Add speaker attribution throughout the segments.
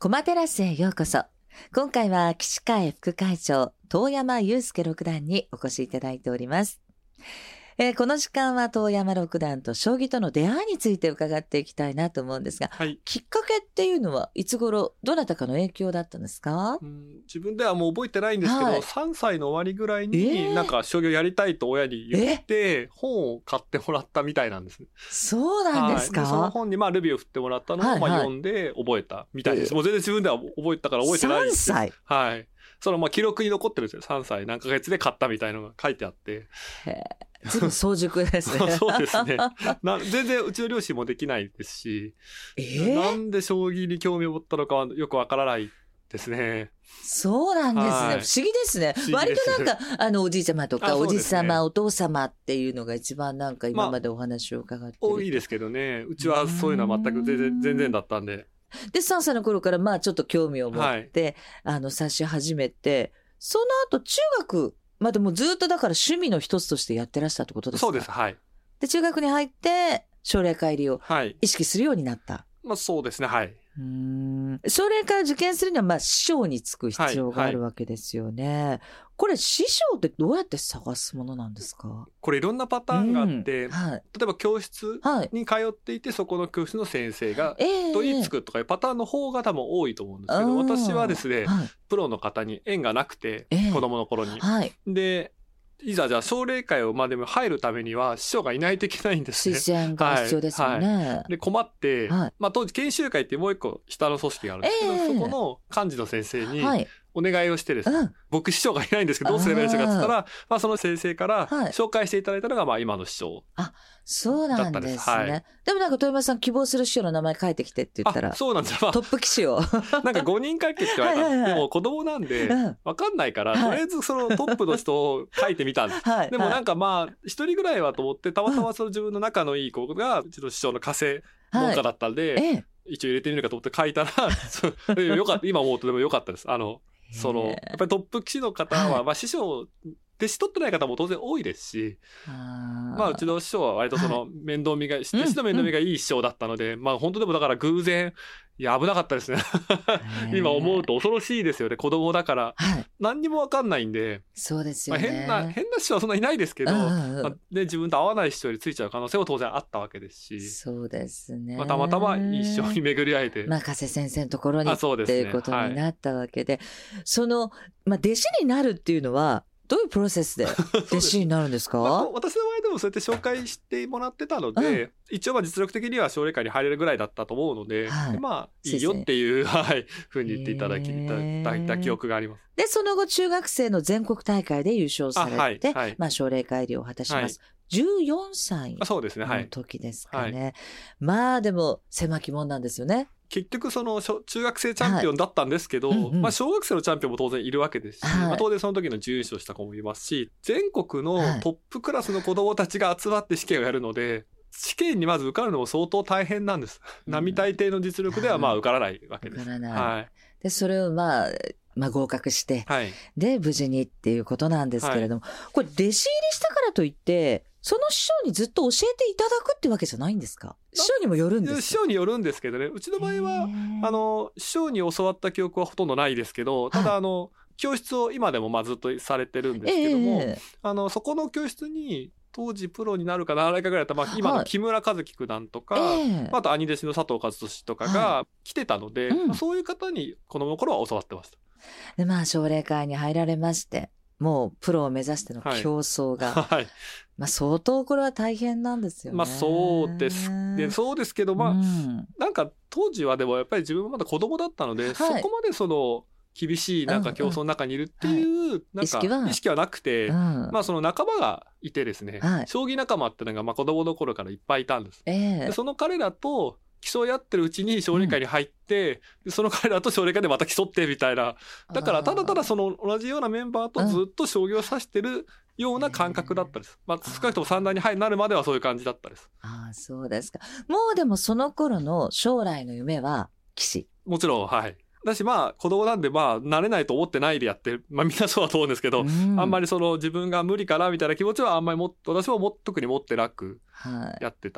Speaker 1: 駒テラスへようこそ。今回は棋士会副会長遠山雄介六段にお越しいただいております。この時間は遠山六段と将棋との出会いについて伺っていきたいなと思うんですが、
Speaker 2: はい、
Speaker 1: きっかけっていうのはいつ頃どなたかの影響だったんですか？
Speaker 2: 自分ではもう覚えてないんですけど、3歳の終わりぐらいになんか将棋をやりたいと親に言って本を買ってもらったみたいなんですね。
Speaker 1: そうなんですか？
Speaker 2: でその本にルビーを振ってもらったのを読んで覚えたみたいです。もう全然自分では覚えたから覚えてないですけど、
Speaker 1: 3歳、
Speaker 2: はい、その記録に残ってるんですよ。3歳何ヶ月で買ったみたいなのが書いてあって。
Speaker 1: ずいぶん早熟ですね。
Speaker 2: そうですね。全然うちの両親もできないですし、なんで将棋に興味を持ったのかはよくわからないですね。
Speaker 1: そうなんですね、不思議ですね。割となんかおじいちゃまとかおじさま、お父様っていうのが一番なんか今までお話を伺ってる、
Speaker 2: 多いですけどね。うちはそういうのは全く全然だったんで。
Speaker 1: で3歳の頃からちょっと興味を持って、指し始めて、その後中学でもずっとだから趣味の一つとしてやってらしたってことですか？
Speaker 2: そうです。はい。
Speaker 1: で中学に入って奨励会入りを意識するようになった。
Speaker 2: そうですね。はい。
Speaker 1: 奨励会を受験するには師匠につく必要があるわけですよね。これ師匠ってどうやって探すものなんですか？こ
Speaker 2: れいろんなパターンがあって、例えば教室に通っていて、そこの教室の先生が取りつくとかいうパターンの方が多分多いと思うんですけど、私はですね、プロの方に縁がなくて、子供の頃に、でいざじゃあ奨励会をでも入るためには師匠がいないといけないんですね。
Speaker 1: 推薦が必要ですよね。
Speaker 2: で困って、当時研修会ってもう一個下の組織があるんですけど、そこの幹事の先生にお願いをしてですね、僕師匠がいないんですけどどうすればいいですかって言ったら、その先生から紹介していただいたのが今の師匠だったんです。
Speaker 1: そうなんですね。でもなんか遠山さん希望する師匠の名前書いてきてって言ったら、
Speaker 2: そうなんです。
Speaker 1: トップ棋士を
Speaker 2: なんか5人書いてって言われたんです。でも子供なんで分かんないから、とりあえずそのトップの人を書いてみたんです。でもなんか一人ぐらいはと思って、たまたまその自分の仲のいい子がうちの師匠の家政農家だったんで、一応入れてみるかと思って書いたらよかった。今思うとでもよかったです。やっぱりトップ棋士の方は、師匠弟子取ってない方も当然多いですし、うちの師匠は割とその面倒見が、弟子の面倒見がいい師匠だったので、本当でもだから偶然、危なかったですね。今思うと恐ろしいですよね。子供だから、何にも分かんないんで。
Speaker 1: そうですよね。
Speaker 2: 変な師匠はそんなにいないですけど、で自分と合わない師匠よりついちゃう可能性も当然あったわけですし。
Speaker 1: そうですね。
Speaker 2: たまたまいい師匠に巡り会えて、
Speaker 1: 加瀬先生のところにっていうことになったわけで、その弟子になるっていうのはどういうプロセスで弟子になるんですか？
Speaker 2: 私の場合でもそうやって紹介してもらってたので、一応実力的には奨励会に入れるぐらいだったと思うので、いいよっていうふうに言っていただいた記憶があります。
Speaker 1: でその後中学生の全国大会で優勝されて、奨励会入りを果たします。14歳の時ですかね。でも狭き門なんですよね。
Speaker 2: 結局その中学生チャンピオンだったんですけど、小学生のチャンピオンも当然いるわけですし、当然その時の準優勝した子もいますし、全国のトップクラスの子どもたちが集まって試験をやるので、試験にまず受かるのも相当大変なんです。並大抵の実力では受からないわけです。
Speaker 1: でそれを合格して、で無事にっていうことなんですけれども、これ弟子入りしたからといってその師匠にずっと教えていただくってわけじゃないんですか？師匠にもよるんですか？
Speaker 2: 師匠によるんですけどね。うちの場合は師匠に教わった記憶はほとんどないですけど、ただ教室を今でもずっとされてるんですけども、そこの教室に当時プロになるかならないかぐらいだった今の木村一樹九段とか、あと兄弟子の佐藤和俊とかが来てたので、そういう方に子供の頃は教わってました。
Speaker 1: で奨励会に入られまして、もうプロを目指しての競争が、相当これは大変なんですよね。
Speaker 2: そうですけど、なんか当時はでもやっぱり自分はまだ子供だったので、そこまでその厳しい競争の中にいるっていう意識はなくて、その仲間がいてですね、将棋仲間っていうのが子供の頃からいっぱいいたんです。でその彼らと競い合ってるうちに奨励会に入って、その彼らと奨励会でまた競ってみたいな、だからただただその同じようなメンバーとずっと将棋を指してるような感覚だったです。少なくとも三段になるまではそういう感じだったです。
Speaker 1: そうですか。もうでもその頃の将来の夢は棋士。
Speaker 2: もちろんだし子供なんでなれないと思ってないでやってる、みんなそうだと思うんですけど、あんまりその自分が無理かなみたいな気持ちはあんまり私は特に持ってなくやってた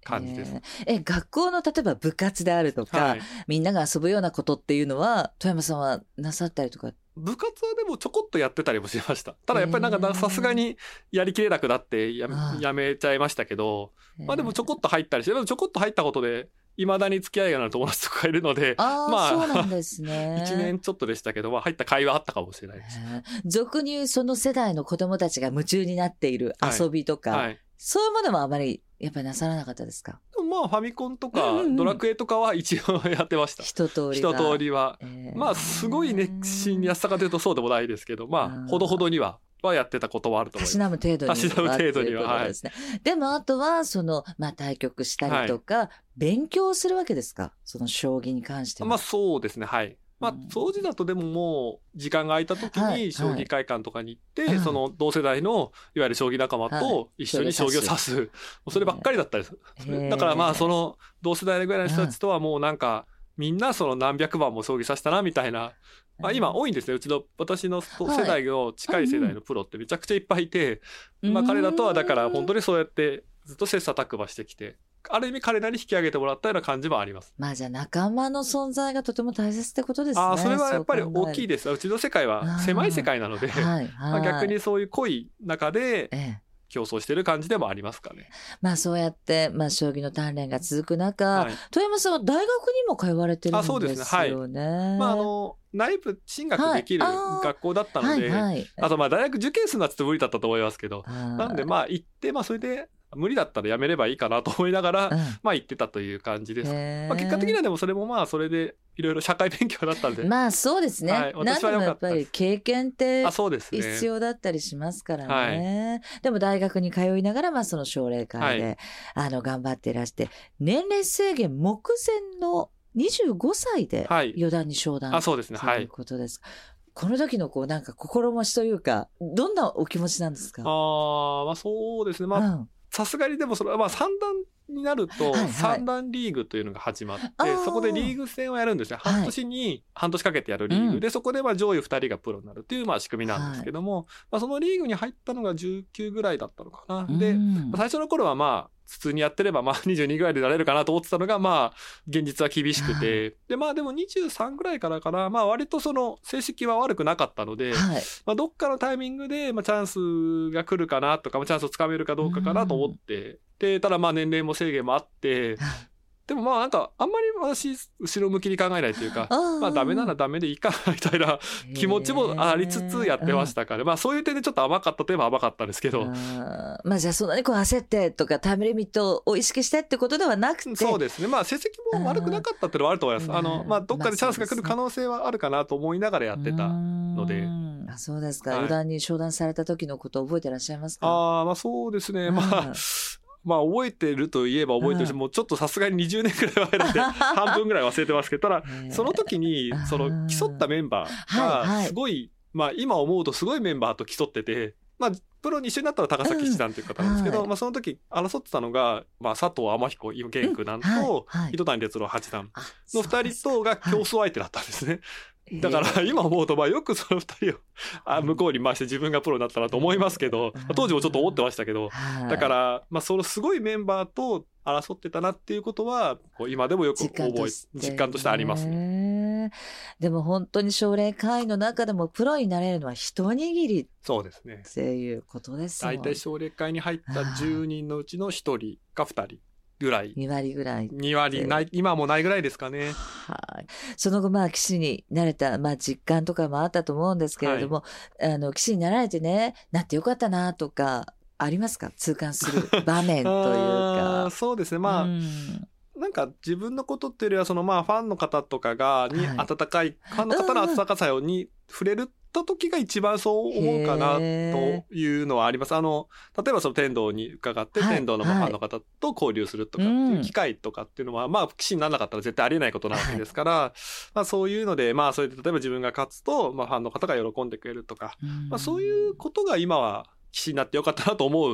Speaker 2: 感じです。
Speaker 1: 学校の例えば部活であるとか、はい、みんなが遊ぶようなことっていうのは富山さんはなさったりとか？
Speaker 2: 部活はでもちょこっとやってたりもしました。ただやっぱりなんかさすがにやりきれなくなってやめちゃいましたけど、まあでもちょこっと入ったりして、ちょこっと入ったことでいまだに付き合いがある友達とかいるので、
Speaker 1: まあそうなんですね。
Speaker 2: 1年ちょっとでしたけど、まあ、入った会話あったかもしれないです。
Speaker 1: 俗に言うその世代の子供たちが夢中になっている遊びとか、はいはい、そういうものもあまりやっぱりなさらなかったですか？
Speaker 2: まあファミコンとかドラクエとかは一応やってました。
Speaker 1: 一通りは、
Speaker 2: まあすごい熱心にやってたかというとそうでもないですけど、まあほどほどにはやってたことはあると思います。
Speaker 1: たしなむ程度には、
Speaker 2: はい、
Speaker 1: でもあとは対局したりとか、はい、勉強するわけですか？その将棋に関しては。
Speaker 2: まあそうですね、はい。まあ、掃除だとでももう時間が空いた時に将棋会館とかに行って、はいはい、その同世代のいわゆる将棋仲間と一緒に将棋を指す、はい、そればっかりだったです。だからまあその同世代ぐらいの人たちとはもうなんかみんなその何百番も将棋指したなみたいな、まあ、今多いんですね。私の世代の近い世代のプロってめちゃくちゃいっぱいいて、まあ彼らとはだから本当にそうやってずっと切磋琢磨してきて、ある意味彼らに引き上げてもらったような感じもあります。
Speaker 1: まあじゃあ仲間の存在がとても大切ってことですね。
Speaker 2: それはやっぱり大きいです。うちの世界は狭い世界なので、まあ逆にそういう濃い中で競争してる感じでもありますかね。
Speaker 1: まあそうやって、まあ将棋の鍛錬が続く中、富山さんは大学にも通われてるんですよね。
Speaker 2: そうですね。はい。まあ内部進学できる学校だったので、あとまあ大学受験するのはちょっと無理だったと思いますけど、なのでまあ行って、まあそれで無理だったらやめればいいかなと思いながら、まあ行ってたという感じです。まあ結果的にはでもそれもまあそれでいろいろ社会勉強だったんで。
Speaker 1: まあそうですね。はい、私は良かったです。何でもやっぱり経験って必要だったりしますからね。でも大学に通いながら、まあその奨励会で、頑張っていらして、年齢制限目前の25歳で四段に昇段、
Speaker 2: そうですね。はい。
Speaker 1: ということです。この時のなんか心持ちというか、どんなお気持ちなんですか？
Speaker 2: まあそうですね。まあ、さすがにでもそれはまあ3段になると3段リーグというのが始まって、そこでリーグ戦をやるんですね。半年かけてやるリーグで、そこでまあ上位2人がプロになるっていうまあ仕組みなんですけども、まあ、そのリーグに入ったのが19ぐらいだったのかな。で、最初の頃はまあ普通にやってればまあ22ぐらいでなれるかなと思ってたのが、まあ現実は厳しくて、でまあでも23ぐらいからかな、まあ割とその成績は悪くなかったので、まあどっかのタイミングでまあチャンスが来るかなとか、チャンスをつかめるかどうかかなと思って、でただまあ年齢も制限もあって、でもまあなんかあんまり私後ろ向きに考えないというか、まあダメならダメでいいかみたいな気持ちもありつつやってましたから、まあそういう点でちょっと甘かったといえば甘かったんですけど、
Speaker 1: まあじゃあそんなに焦ってとかタイムリミットを意識してってことではなくて、
Speaker 2: そうですね。まあ成績も悪くなかったっていうのはあると思います。まあどっかでチャンスが来る可能性はあるかなと思いながらやってたので。
Speaker 1: そうですか。四段に昇段された時のことを覚えてらっしゃいますか？
Speaker 2: まあそうですね。まあ覚えてるといえば覚えてるし、もうちょっとさすがに20年くらい前なんで半分ぐらい忘れてますけど、ただその時にその競ったメンバーがすごい、まあ今思うとすごいメンバーと競ってて、まあプロに一緒になったら高崎七段という方なんですけど、まあその時争ってたのが、まあ佐藤天彦現九段と糸谷哲郎八段の2人とが競争相手だったんですね。だから今思うとまあよくその2人を向こうに回して自分がプロになったなと思いますけど、当時もちょっと思ってましたけど、だからまあそのすごいメンバーと争ってたなっていうことは今でもよく実感としてありますね。
Speaker 1: でも本当に奨励会の中でもプロになれるのは一握り、
Speaker 2: そうですね、って
Speaker 1: いうことですよね。
Speaker 2: 大体奨励会に入った10人のうちの1人か2人ぐらい、
Speaker 1: 2割ぐらい、
Speaker 2: 2割ない、今もないぐらいですかね。
Speaker 1: その後まあ棋士になれた、まあ、実感とかもあったと思うんですけれども、棋士になられてね、なってよかったなとかありますか？痛感する場面というか。
Speaker 2: そうですね、まあ、なんか自分のことっていうよりはそのまあファンの方とかに温かい、ファンの方の温かさに触れるた時が一番そう思うかなというのはあります。例えばその天童に伺って、天童のファンの方と交流するとかっていう機会とかっていうのは、まあ棋士にならなかったら絶対ありえないことなわけですから、まあそういうので、まあそれで例えば自分が勝つと、まあファンの方が喜んでくれるとか、まあそういうことが今は棋士になってよかったなと思う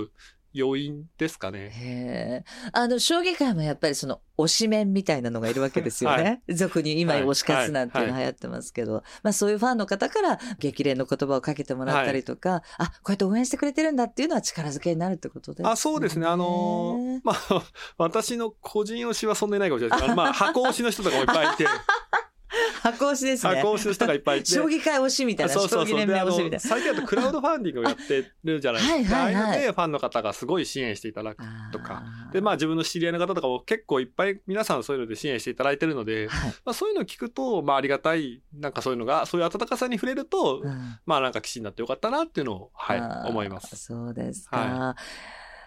Speaker 2: 要因ですかね。
Speaker 1: へえ。将棋界もやっぱりその推しメンみたいなのがいるわけですよね。はい、俗に今推し活なんていうの流行ってますけど、まあそういうファンの方から激励の言葉をかけてもらったりとか、こうやって応援してくれてるんだっていうのは力づけになるってことですね。
Speaker 2: そうですね。まあ、私の個人推しはそんなにないかもしれないですけど、まあ箱推しの人とかもいっぱいいて、
Speaker 1: 箱推しですね。
Speaker 2: 箱推しの人がいっぱいいて。
Speaker 1: 将棋界推しみたいな。将棋連盟推しみたいな。
Speaker 2: 最近だとクラウドファンディングをやってるじゃないですか。はいはいはい。ああいうのでファンの方がすごい支援していただくとか。で、まあ自分の知り合いの方とかも結構いっぱい皆さんそういうので支援していただいてるので、はい、まあそういうのを聞くと、まあありがたい、なんかそういうのが、そういう温かさに触れると、まあなんか棋士になってよかったなっていうのを、はい、思います。
Speaker 1: そうですか。はい、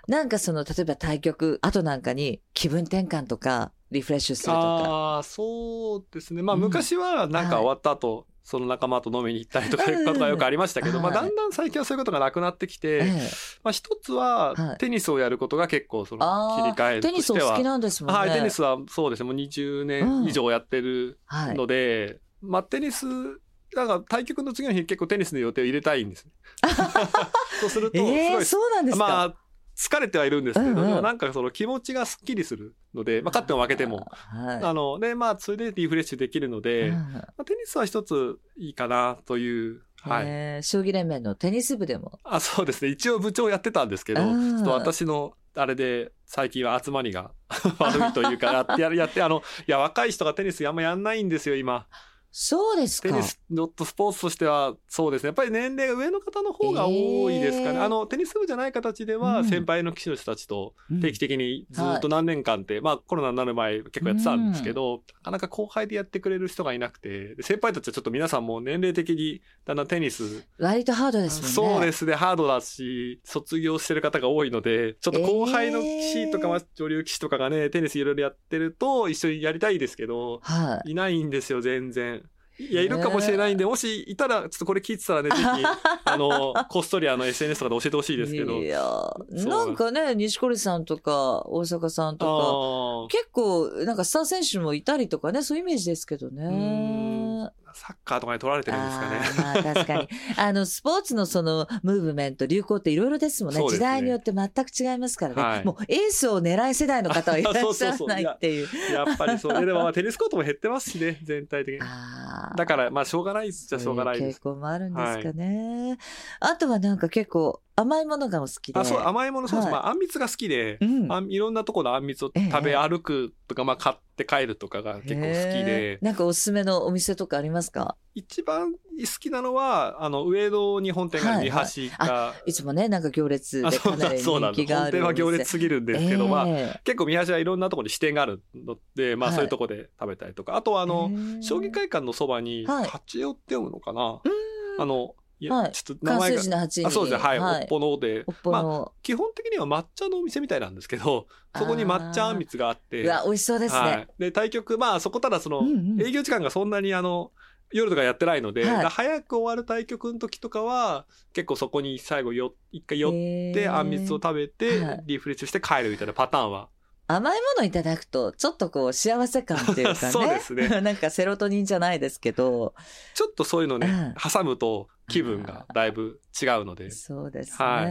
Speaker 1: なんか例えば対局後なんかに気分転換とか、リフレッシュするとか。
Speaker 2: そうですね。まあ昔はなんか終わった後、はい、その仲間と飲みに行ったりとかいうことがよくありましたけど、まあだんだん最近はそういうことがなくなってきて、まあ一つはテニスをやることが結構切り替えとしては。
Speaker 1: テニスお好きなんですもんね。
Speaker 2: はい、テニスはそうですね。もう20年以上やってるので、まあテニス、なんか対局の次の日結構テニスの予定を入れたいんですね。そうするとすごい、
Speaker 1: そうなんですか。
Speaker 2: まあ疲れてはいるんですけど、なんかその気持ちがスッキリするので、まあ勝っても負けても。で、まあそれでリフレッシュできるので、まあ、テニスは一ついいかなという。
Speaker 1: はい。将棋連盟のテニス部でも。
Speaker 2: そうですね。一応部長やってたんですけど、ちょっと私のあれで最近は集まりが悪いというか、やって、いや、若い人がテニスあんまやんないんですよ、今。
Speaker 1: そうですか。
Speaker 2: テニスのスポーツとしてはそうですね。やっぱり年齢が上の方の方が多いですかね。テニス部じゃない形では先輩の棋士の人たちと定期的にずっと何年間って、まあコロナになる前結構やってたんですけど、なかなか後輩でやってくれる人がいなくて、先輩たちはちょっと皆さんも年齢的にだんだんテニス
Speaker 1: 割とハードですもんね。
Speaker 2: そうですね。ハードだし、卒業してる方が多いので、ちょっと後輩の棋士とか女流棋士とかがね、テニスいろいろやってると一緒にやりたいですけど、いないんですよ全然。いや、いるかもしれないんで、もしいたら、ちょっとこれ聞いてたらね、ぜひ、こっそりSNS とかで教えてほしいですけど。
Speaker 1: いや、なんかね、錦織さんとか、大阪さんとか、結構、なんかスター選手もいたりとかね、そういうイメージですけどね。
Speaker 2: サッカーとかに取られてるんですかね。
Speaker 1: まあ確かに。スポーツのそのムーブメント、流行っていろいろですもんね。時代によって全く違いますからね。はい、もうエースを狙い世代の方はいらっしゃらないっていう。
Speaker 2: やっぱりそう。でもテニスコートも減ってますしね、全体的に。だから、まあしょうがないっちゃしょうがないです。
Speaker 1: 傾向もあるんですかね。はい、あとはなんか結構、甘いものがお好きで。
Speaker 2: そう、甘いもの、そうです。まあ、あんみつが好きで、いろんなところのあんみつを食べ歩くとか、まあ、買って帰るとかが結構好きで。
Speaker 1: なんかおすすめのお店とかありますか？
Speaker 2: 一番好きなのは、上野に本店がある三橋が。
Speaker 1: いつもね、なんか行列でかなり人気がある。
Speaker 2: 本店は行列すぎるんですけど、まあ、結構三橋はいろんなところに支店があるので、まあ、そういうところで食べたりとか。あとは、将棋会館のそばに、八代って読むのかな？ちょっと名前が。そうですね。はい。おっぽので。まあ、基本的には抹茶のお店みたいなんですけど、そこに抹茶あんみつがあって。
Speaker 1: うわ、美味しそうですね。はい。
Speaker 2: で、対局、まあ、そこただ営業時間がそんなに夜とかやってないので、早く終わる対局の時とかは、結構そこに最後一回寄って、あんみつを食べて、リフレッシュして帰るみたいなパターンは。
Speaker 1: 甘いものいただくと、ちょっとこう、幸せ感っていうかね。
Speaker 2: そうですね。
Speaker 1: なんかセロトニンじゃないですけど。
Speaker 2: ちょっとそういうのね、挟むと気分がだいぶ違うので。
Speaker 1: そうですね。
Speaker 2: はい。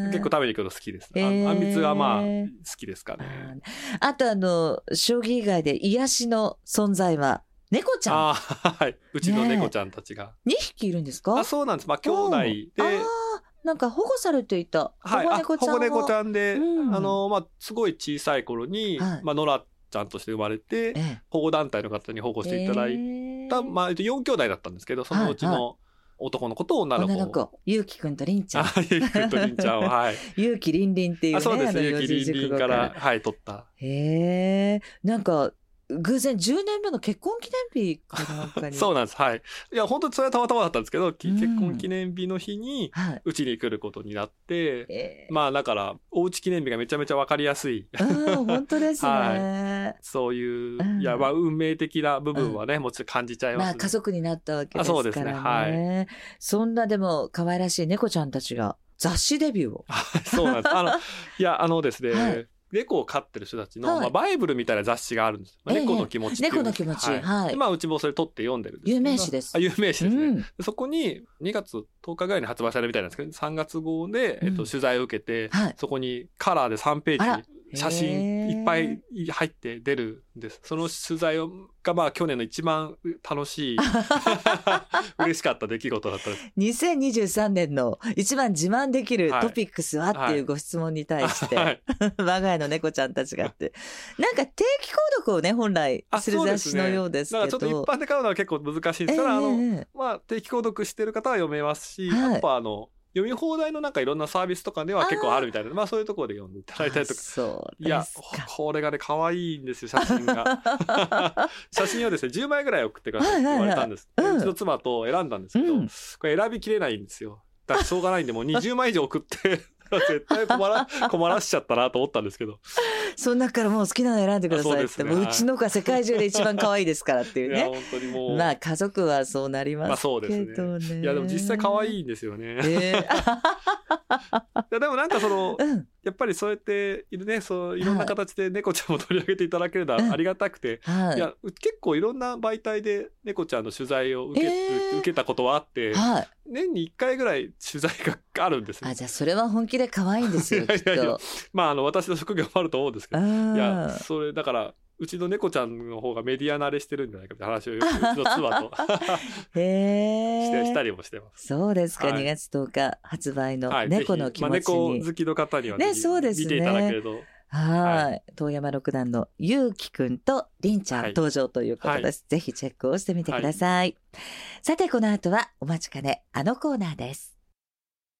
Speaker 2: 結構食べに行くの好きです。あんみつはまあ、好きですかね。
Speaker 1: あと将棋以外で癒しの存在は、猫ちゃん。
Speaker 2: はい。うちの猫ちゃんたちが。
Speaker 1: 2匹いるんですか？
Speaker 2: そうなんです。まあ、兄弟で。
Speaker 1: なんか保護されていた
Speaker 2: 保護猫ちゃん。保護猫ちゃんで、まあ、すごい小さい頃に、まあ、ノラちゃんとして生まれて、保護団体の方に保護していただいた、まあ、4兄弟だったんですけど、そのうちの男の子と女の子。
Speaker 1: ゆうきくんとりんちゃん。
Speaker 2: ゆうきくんとりんちゃんは、はい。
Speaker 1: ゆうきりんりんっていうね。
Speaker 2: そうですね、ゆうきりんりんから、はい、取った。
Speaker 1: なんか、偶然10年目の結婚記念日かなんかに。
Speaker 2: そうなんです。はい。いや、本当にそれはたまたまだったんですけど、結婚記念日の日に、うちに来ることになって、まあ、だから、おうち記念日がめちゃめちゃわかりやすい。
Speaker 1: 本当ですね。
Speaker 2: はい。そういう、いや、まあ、運命的な部分はね、もちろん感じちゃいますね。
Speaker 1: まあ、家族になったわけですからね。そうですね。はい。そんなでも、可愛らしい猫ちゃんたちが雑誌デビューを。
Speaker 2: そうなんです。いや、ですね、 猫を飼ってる人たちの、バイブルみたいな雑誌があるんですよ。猫の気持ちっていう。
Speaker 1: 猫の気持ち。はい。
Speaker 2: うちもそれ撮って読んでるんですけど。
Speaker 1: 有名誌です。
Speaker 2: 有名誌ですね。そこに2月10日ぐらいに発売されるみたいなんですけど、3月号で、取材を受けて、そこにカラーで3ページ、写真いっぱい入って出るんです。その取材が去年の一番楽しい嬉しかった出来事だったんです。
Speaker 1: 2023年の一番自慢できるトピックスはっていうご質問に対して、我が家の猫ちゃんたちがってなんか定期購読をね本来する雑誌のようですけど、
Speaker 2: だからちょっと一般で買うのは結構難しいですから、定期購読してる方は読めますし、あとは読み放題のなんかいろんなサービスとかでは結構あるみたいな、そういうところで読んでいただいたりとか。
Speaker 1: そう
Speaker 2: いや、これがね、可愛いんですよ、写真が。写真をですね、10枚ぐらい送ってくださいって言われたんです。うちの妻と選んだんですけど、これ選びきれないんですよ。だからしょうがないんで、もう20枚以上送って、絶対困らしちゃったなと思ったんですけど。
Speaker 1: その中からもう好きなの選んでくださいって、うちの子は世界中で一番可愛いですからっていうね。
Speaker 2: いや本当にもう
Speaker 1: 家族はそうなりますけどね。
Speaker 2: そうですね。いやでも実際可愛いんですよね。でもなんかやっぱりそうやってね、いろんな形で猫ちゃんを取り上げていただけるのはありがたくて、いや結構いろんな媒体で猫ちゃんの取材を受けたことはあって、年に1回ぐらい取材があるんですね。
Speaker 1: じゃあそれは本気で可愛いんですよきっと。
Speaker 2: 私の職業もあると思うんですけど、いやそれだからうちの猫ちゃんの方がメディア慣れしてるんじゃないかって話をよくうちの妻としたりもしてます。
Speaker 1: そうですか。2月10日発売の猫の気持ちに、
Speaker 2: 猫好きの方にはね、見ていただけると。
Speaker 1: 遠山六段のゆうきくんとりんちゃん登場ということです。ぜひチェックをしてみてください。さてこの後はお待ちかねあのコーナーです。